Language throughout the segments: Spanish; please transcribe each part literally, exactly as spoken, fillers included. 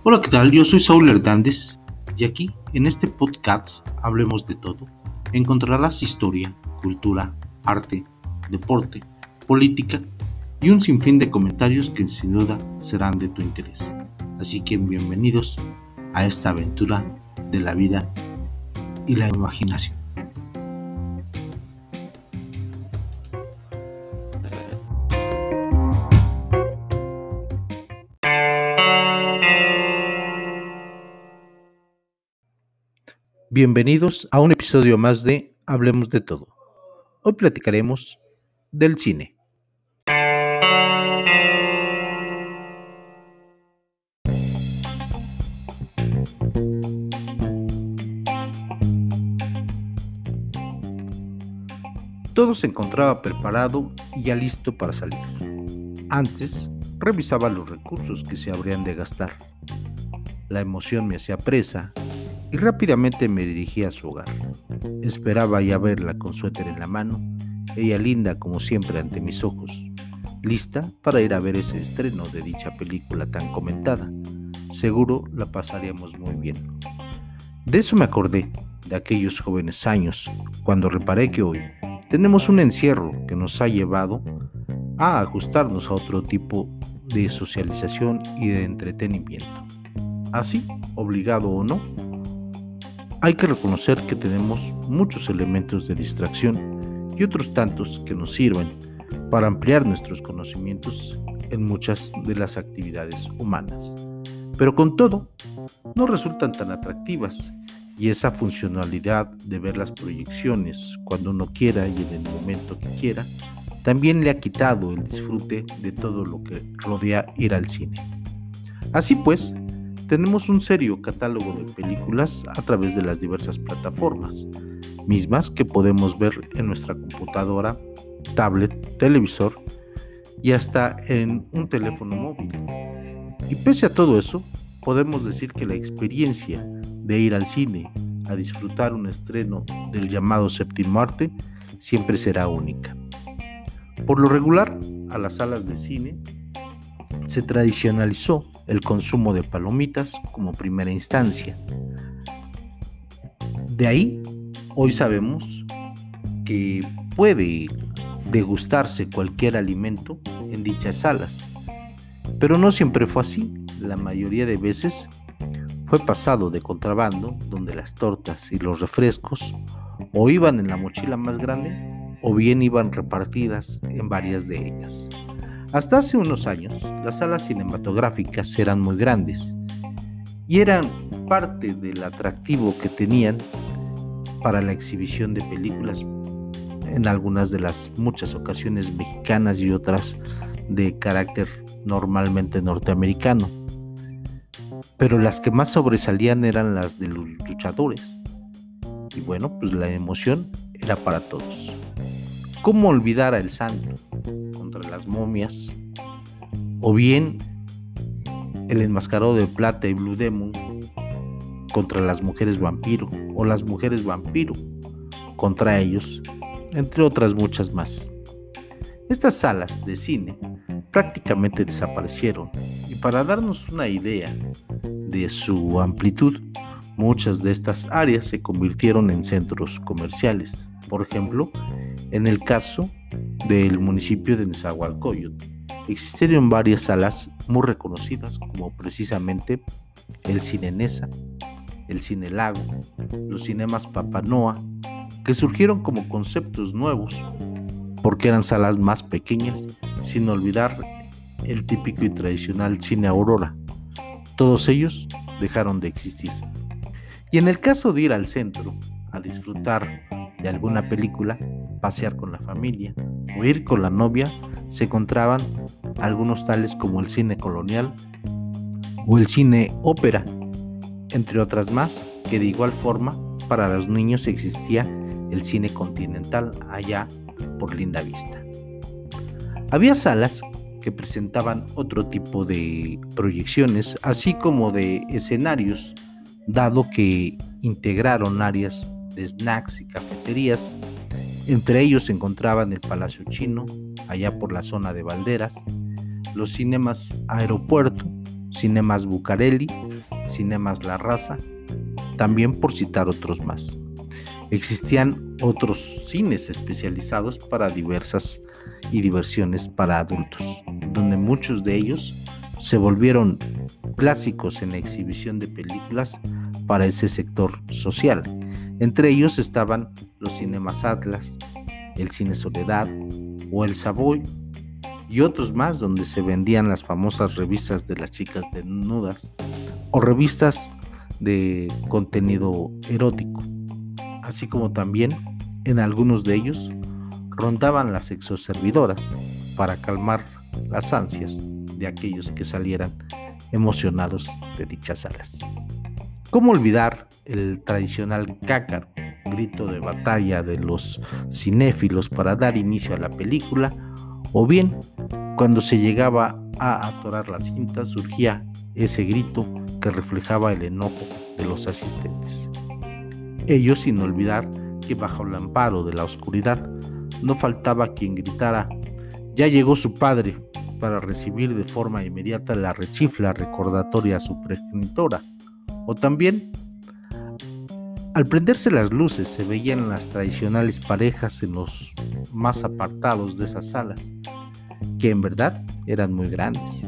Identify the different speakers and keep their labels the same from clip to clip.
Speaker 1: Hola, ¿qué tal? Yo soy Saúl Hernández y aquí, en este podcast, Hablemos de Todo, encontrarás historia, cultura, arte, deporte, política y un sinfín de comentarios que sin duda serán de tu interés. Así que bienvenidos a esta aventura de la vida y la imaginación. Bienvenidos a un episodio más de Hablemos de Todo. Hoy platicaremos del cine. Todo se encontraba preparado y ya listo para salir. Antes, revisaba los recursos que se habrían de gastar. La emoción me hacía presa y rápidamente me dirigí a su hogar. Esperaba ya verla con suéter en la mano, ella linda como siempre ante mis ojos, lista para ir a ver ese estreno de dicha película tan comentada. Seguro la pasaríamos muy bien. De eso me acordé, de aquellos jóvenes años, cuando reparé que hoy tenemos un encierro que nos ha llevado a ajustarnos a otro tipo de socialización y de entretenimiento. Así, obligado o no, hay que reconocer que tenemos muchos elementos de distracción y otros tantos que nos sirven para ampliar nuestros conocimientos en muchas de las actividades humanas. Pero con todo, no resultan tan atractivas y esa funcionalidad de ver las proyecciones cuando uno quiera y en el momento que quiera, también le ha quitado el disfrute de todo lo que rodea ir al cine. Así pues, tenemos un serio catálogo de películas a través de las diversas plataformas, mismas que podemos ver en nuestra computadora, tablet, televisor y hasta en un teléfono móvil. Y pese a todo eso, podemos decir que la experiencia de ir al cine a disfrutar un estreno del llamado séptimo arte siempre será única. Por lo regular, a las salas de cine se tradicionalizó el consumo de palomitas como primera instancia. De ahí, hoy sabemos que puede degustarse cualquier alimento en dichas salas, pero no siempre fue así. La mayoría de veces fue pasado de contrabando, donde las tortas y los refrescos o iban en la mochila más grande o bien iban repartidas en varias de ellas. Hasta hace unos años, las salas cinematográficas eran muy grandes y eran parte del atractivo que tenían para la exhibición de películas, en algunas de las muchas ocasiones mexicanas y otras de carácter normalmente norteamericano. Pero las que más sobresalían eran las de los luchadores. Y bueno, pues la emoción era para todos. ¿Cómo olvidar a El Santo contra las momias? O bien El Enmascarado de Plata y Blue Demon contra las mujeres vampiro, o las mujeres vampiro contra ellos, entre otras muchas más. Estas salas de cine prácticamente desaparecieron, y para darnos una idea de su amplitud, muchas de estas áreas se convirtieron en centros comerciales. Por ejemplo, en el caso del municipio de Nezahualcóyotl, existieron varias salas muy reconocidas, como precisamente el Cine Neza, el Cine Lago, los cinemas Papanoa, que surgieron como conceptos nuevos porque eran salas más pequeñas, sin olvidar el típico y tradicional Cine Aurora. Todos ellos dejaron de existir. Y en el caso de ir al centro a disfrutar de alguna película, pasear con la familia o ir con la novia, se encontraban algunos tales como el Cine Colonial o el Cine Ópera, entre otras más, que de igual forma para los niños existía el Cine Continental allá por Linda Vista. Había salas que presentaban otro tipo de proyecciones, así como de escenarios, dado que integraron áreas de snacks y cafeterías. Entre ellos se encontraban el Palacio Chino, allá por la zona de Valderas, los cinemas Aeropuerto, Cinemas Bucareli, Cinemas La Raza, también por citar otros más. Existían otros cines especializados para diversas y diversiones para adultos, donde muchos de ellos se volvieron clásicos en la exhibición de películas para ese sector social. Entre ellos estaban los Cinemas Atlas, el Cine Soledad o el Savoy y otros más, donde se vendían las famosas revistas de las chicas desnudas o revistas de contenido erótico, así como también en algunos de ellos rondaban las sexoservidoras para calmar las ansias de aquellos que salieran emocionados de dichas salas. ¿Cómo olvidar el tradicional cácaro, grito de batalla de los cinéfilos para dar inicio a la película? O bien, cuando se llegaba a atorar la cinta, surgía ese grito que reflejaba el enojo de los asistentes. Ello sin olvidar que bajo el amparo de la oscuridad no faltaba quien gritara: «Ya llegó su padre», para recibir de forma inmediata la rechifla recordatoria a su progenitora. O también, al prenderse las luces, se veían las tradicionales parejas en los más apartados de esas salas, que en verdad eran muy grandes.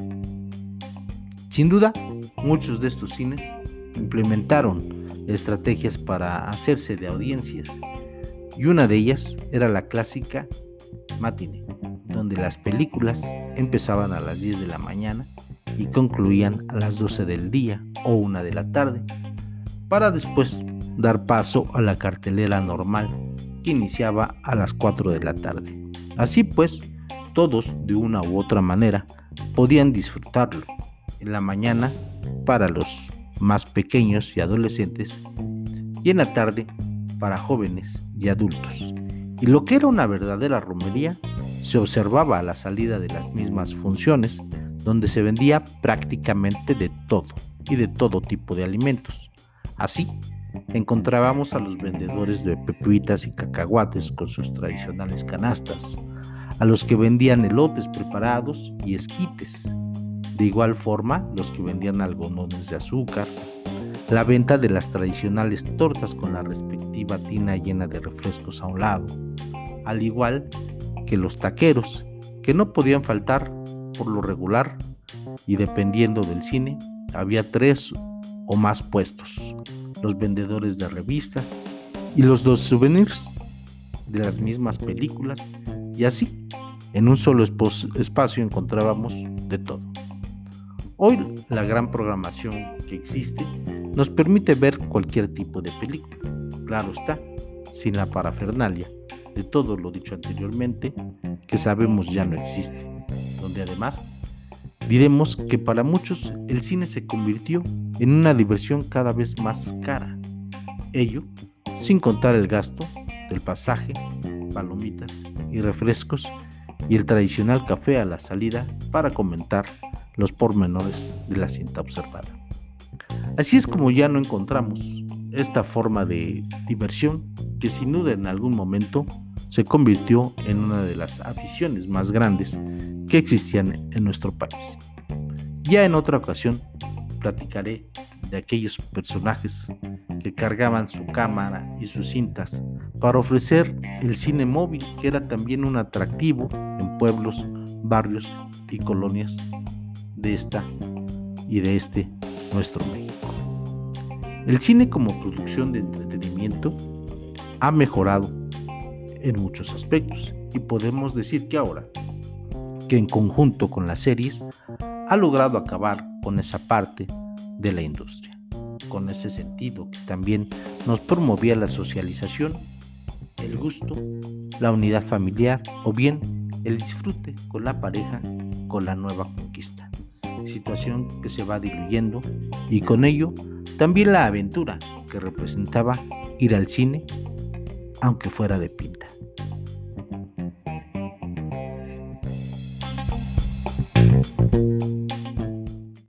Speaker 1: Sin duda, muchos de estos cines implementaron estrategias para hacerse de audiencias, y una de ellas era la clásica matinée, donde las películas empezaban a las diez de la mañana y concluían a las doce del día o una de la tarde, para después dar paso a la cartelera normal que iniciaba a las cuatro de la tarde. Así pues, todos de una u otra manera podían disfrutarlo. En la mañana para los más pequeños y adolescentes, y en la tarde para jóvenes y adultos. Y lo que era una verdadera romería se observaba a la salida de las mismas funciones, donde se vendía prácticamente de todo y de todo tipo de alimentos. Así, encontrábamos a los vendedores de pepitas y cacahuates con sus tradicionales canastas, a los que vendían elotes preparados y esquites, de igual forma los que vendían algodones de azúcar, la venta de las tradicionales tortas con la respectiva tina llena de refrescos a un lado, al igual que los taqueros, que no podían faltar por lo regular, y dependiendo del cine, había tres o más puestos, los vendedores de revistas y los dos souvenirs de las mismas películas, y así, en un solo espacio encontrábamos de todo. Hoy la gran programación que existe nos permite ver cualquier tipo de película, claro está, sin la parafernalia de todo lo dicho anteriormente, que sabemos ya no existe, donde además diremos que para muchos el cine se convirtió en una diversión cada vez más cara, ello sin contar el gasto del pasaje, palomitas y refrescos y el tradicional café a la salida para comentar los pormenores de la cinta observada. Así es como ya no encontramos esta forma de diversión que sin duda en algún momento se convirtió en una de las aficiones más grandes que existían en nuestro país. Ya en otra ocasión platicaré de aquellos personajes que cargaban su cámara y sus cintas para ofrecer el cine móvil, que era también un atractivo en pueblos, barrios y colonias de esta y de este nuestro México. El cine como producción de entretenimiento ha mejorado en muchos aspectos, y podemos decir que ahora, que en conjunto con las series, ha logrado acabar con esa parte de la industria, con ese sentido que también nos promovía la socialización, el gusto, la unidad familiar o bien el disfrute con la pareja, con la nueva conquista, situación que se va diluyendo, y con ello también la aventura que representaba ir al cine, aunque fuera de pinta.